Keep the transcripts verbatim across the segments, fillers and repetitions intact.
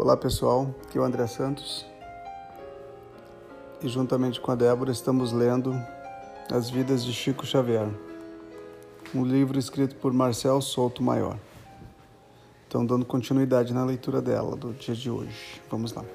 Olá pessoal, aqui é o André Santos e juntamente com a Débora estamos lendo As Vidas de Chico Xavier, um livro escrito por Marcel Souto Maior. Então, dando continuidade na leitura dela do dia de hoje. Vamos lá.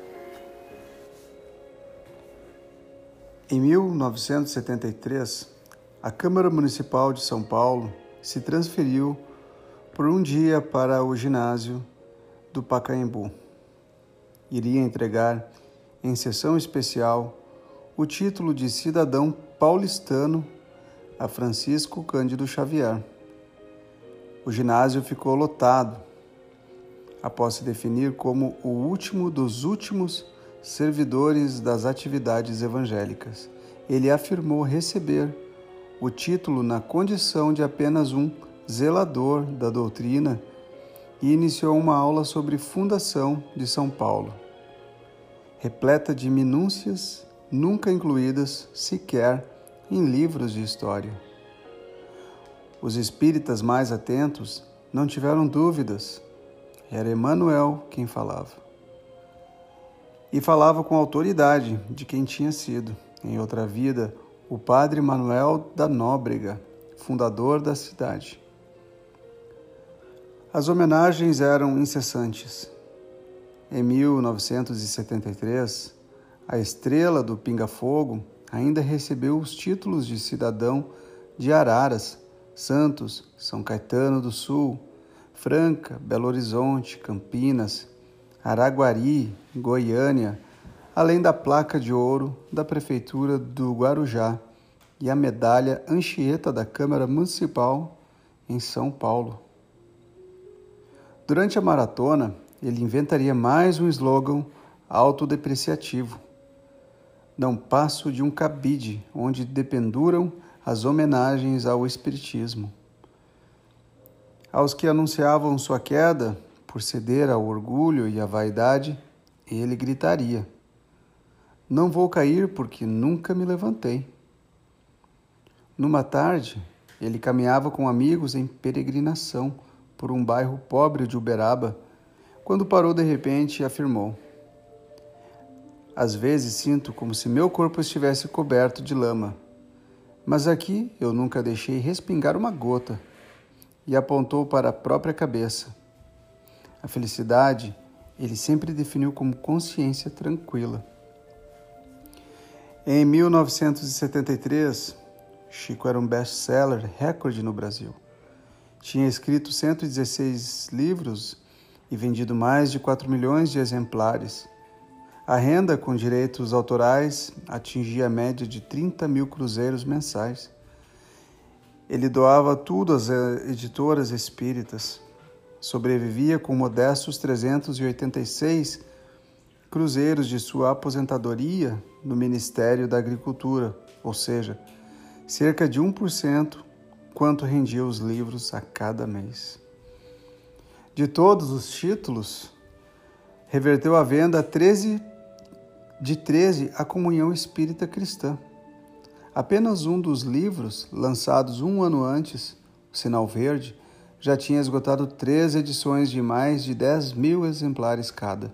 Em mil novecentos e setenta e três, a Câmara Municipal de São Paulo se transferiu por um dia para o ginásio do Pacaembu. Iria entregar, em sessão especial, o título de cidadão paulistano a Francisco Cândido Xavier. O ginásio ficou lotado, após se definir como o último dos últimos servidores das atividades evangélicas. Ele afirmou receber o título na condição de apenas um zelador da doutrina e iniciou uma aula sobre fundação de São Paulo, repleta de minúcias nunca incluídas sequer em livros de história. Os espíritas mais atentos não tiveram dúvidas. Era Emmanuel quem falava. E falava com autoridade de quem tinha sido, em outra vida, o padre Manuel da Nóbrega, fundador da cidade. As homenagens eram incessantes. Em mil novecentos e setenta e três, a estrela do Pinga-Fogo ainda recebeu os títulos de cidadão de Araras, Santos, São Caetano do Sul, Franca, Belo Horizonte, Campinas, Araguari, Goiânia, além da placa de ouro da Prefeitura do Guarujá e a medalha Anchieta da Câmara Municipal em São Paulo. Durante a maratona, ele inventaria mais um slogan autodepreciativo. Não passo de um cabide onde dependuram as homenagens ao espiritismo. Aos que anunciavam sua queda por ceder ao orgulho e à vaidade, ele gritaria: não vou cair porque nunca me levantei. Numa tarde, ele caminhava com amigos em peregrinação por um bairro pobre de Uberaba, quando parou de repente e afirmou: às vezes sinto como se meu corpo estivesse coberto de lama, mas aqui eu nunca deixei respingar uma gota. E apontou para a própria cabeça. A felicidade ele sempre definiu como consciência tranquila. Em mil novecentos e setenta e três, Chico era um best-seller recorde no Brasil. Tinha escrito cento e dezesseis livros e vendido mais de quatro milhões de exemplares. A renda com direitos autorais atingia a média de trinta mil cruzeiros mensais. Ele doava tudo às editoras espíritas. Sobrevivia com modestos trezentos e oitenta e seis cruzeiros de sua aposentadoria no Ministério da Agricultura, ou seja, cerca de um por cento quanto rendia os livros a cada mês. De todos os títulos, reverteu a venda treze, de treze à Comunhão Espírita Cristã. Apenas um dos livros, lançados um ano antes, O Sinal Verde, já tinha esgotado três edições de mais de dez mil exemplares cada.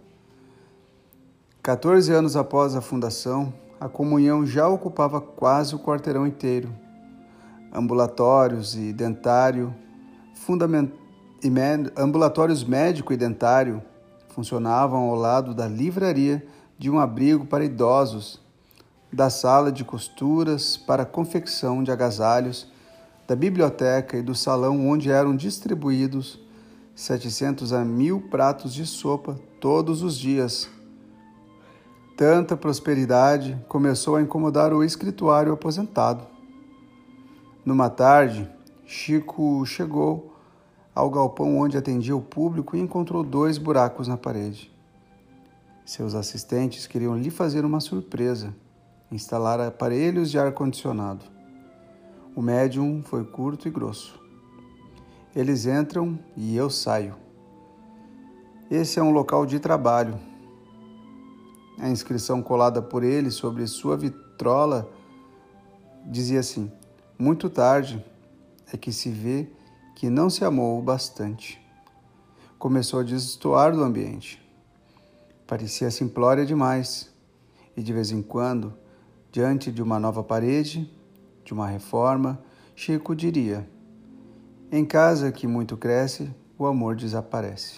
Quatorze anos após a fundação, a Comunhão já ocupava quase o quarteirão inteiro. Ambulatórios e dentário, fundament... e med... ambulatórios médico e dentário funcionavam ao lado da livraria de um abrigo para idosos, da sala de costuras para a confecção de agasalhos, da biblioteca e do salão onde eram distribuídos setecentos a mil pratos de sopa todos os dias. Tanta prosperidade começou a incomodar o escrituário aposentado. Numa tarde, Chico chegou ao galpão onde atendia o público e encontrou dois buracos na parede. Seus assistentes queriam lhe fazer uma surpresa: instalar aparelhos de ar-condicionado. O médium foi curto e grosso. Eles entram e eu saio. Esse é um local de trabalho. A inscrição colada por ele sobre sua vitrola dizia assim: muito tarde é que se vê que não se amou bastante. Começou a destoar do ambiente. parecia simplória demais, e de vez em quando, diante de uma nova parede, de uma reforma, Chico diria: em casa que muito cresce, o amor desaparece.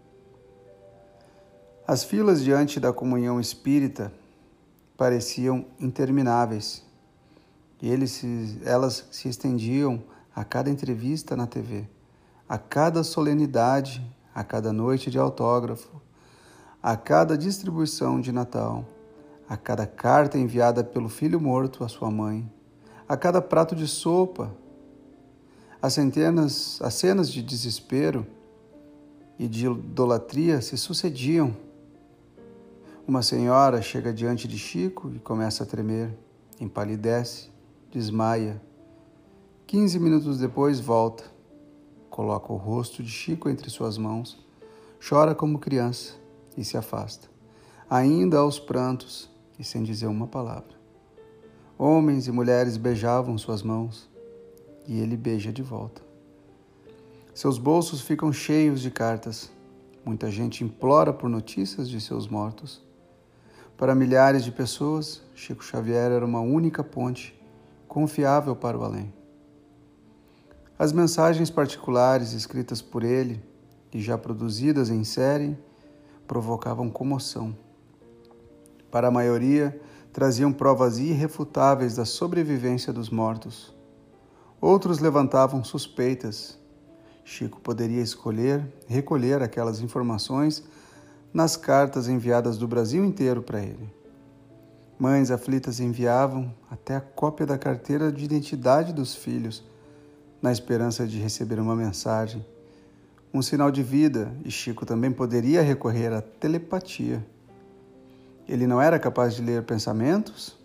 As filas diante da comunhão espírita pareciam intermináveis, e eles se, elas se estendiam a cada entrevista na T V, a cada solenidade, a cada noite de autógrafo, a cada distribuição de Natal, a cada carta enviada pelo filho morto à sua mãe, a cada prato de sopa. As centenas, as cenas de desespero e de idolatria se sucediam. Uma senhora chega diante de Chico e começa a tremer, empalidece, desmaia. Quinze minutos depois volta, coloca o rosto de Chico entre suas mãos, chora como criança e se afasta, ainda aos prantos e sem dizer uma palavra. Homens e mulheres beijavam suas mãos e ele beija de volta. Seus bolsos ficam cheios de cartas. Muita gente implora por notícias de seus mortos. Para milhares de pessoas, Chico Xavier era uma única ponte, confiável para o além. As mensagens particulares escritas por ele, e já produzidas em série, provocavam comoção. Para a maioria, traziam provas irrefutáveis da sobrevivência dos mortos. Outros levantavam suspeitas. Chico poderia escolher recolher aquelas informações nas cartas enviadas do Brasil inteiro para ele. Mães aflitas enviavam até a cópia da carteira de identidade dos filhos, na esperança de receber uma mensagem, um sinal de vida, e Chico também poderia recorrer à telepatia. Ele não era capaz de ler pensamentos?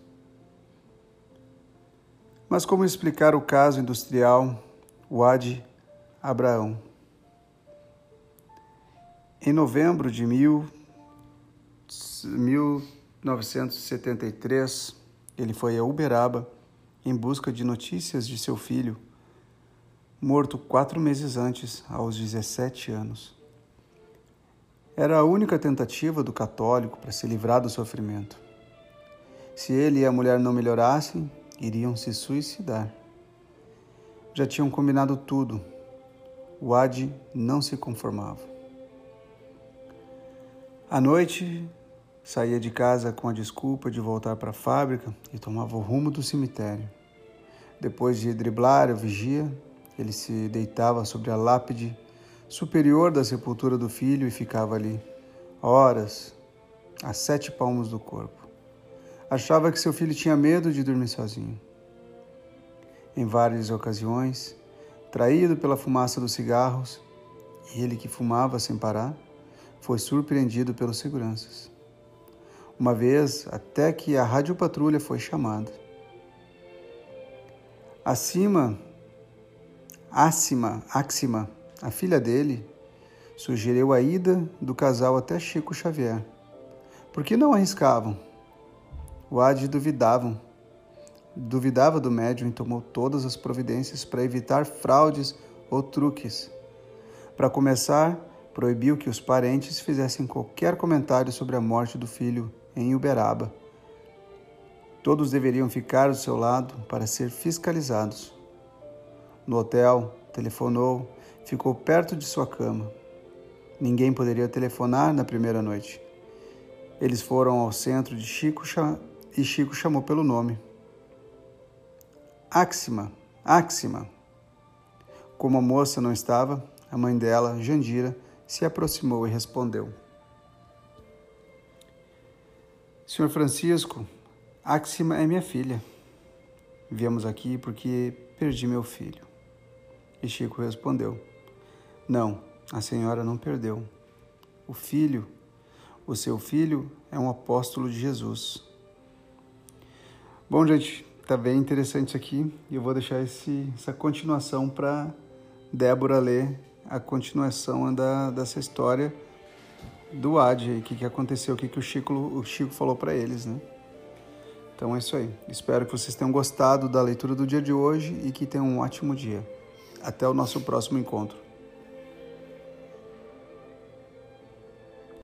Mas como explicar o caso industrial Wade Abraão? Em novembro de mil novecentos e setenta e três, ele foi a Uberaba em busca de notícias de seu filho, morto quatro meses antes, aos dezessete anos. Era a única tentativa do católico para se livrar do sofrimento. Se ele e a mulher não melhorassem, iriam se suicidar. Já tinham combinado tudo. Wade não se conformava. À noite, saía de casa com a desculpa de voltar para a fábrica e tomava o rumo do cemitério. Depois de driblar a vigia, ele se deitava sobre a lápide superior da sepultura do filho e ficava ali, horas, a sete palmos do corpo. Achava que seu filho tinha medo de dormir sozinho. Em várias ocasiões, traído pela fumaça dos cigarros, e ele que fumava sem parar, foi surpreendido pelos seguranças. Uma vez, até que a radiopatrulha foi chamada. Acima, Ácima, Áxima, a filha dele, sugeriu a ida do casal até Chico Xavier. Por que não arriscavam? Wade duvidavam. Duvidava do médium e tomou todas as providências para evitar fraudes ou truques. Para começar, proibiu que os parentes fizessem qualquer comentário sobre a morte do filho em Uberaba. Todos deveriam ficar do seu lado para ser fiscalizados. No hotel, telefonou, ficou perto de sua cama. Ninguém poderia telefonar na primeira noite. Eles foram ao centro de Chico e Chico chamou pelo nome. Áxima, Áxima. Como a moça não estava, a mãe dela, Jandira, se aproximou e respondeu. Senhor Francisco, Áxima é minha filha. Viemos aqui porque perdi meu filho. E Chico respondeu, não, a senhora não perdeu. O filho, o seu filho é um apóstolo de Jesus. Bom, gente, tá bem interessante isso aqui e eu vou deixar esse, essa continuação para Débora ler a continuação da, dessa história do Wade, o que, que aconteceu, o que, que o Chico, o Chico falou para eles, né? Então é isso aí. Espero que vocês tenham gostado da leitura do dia de hoje e que tenham um ótimo dia. Até o nosso próximo encontro.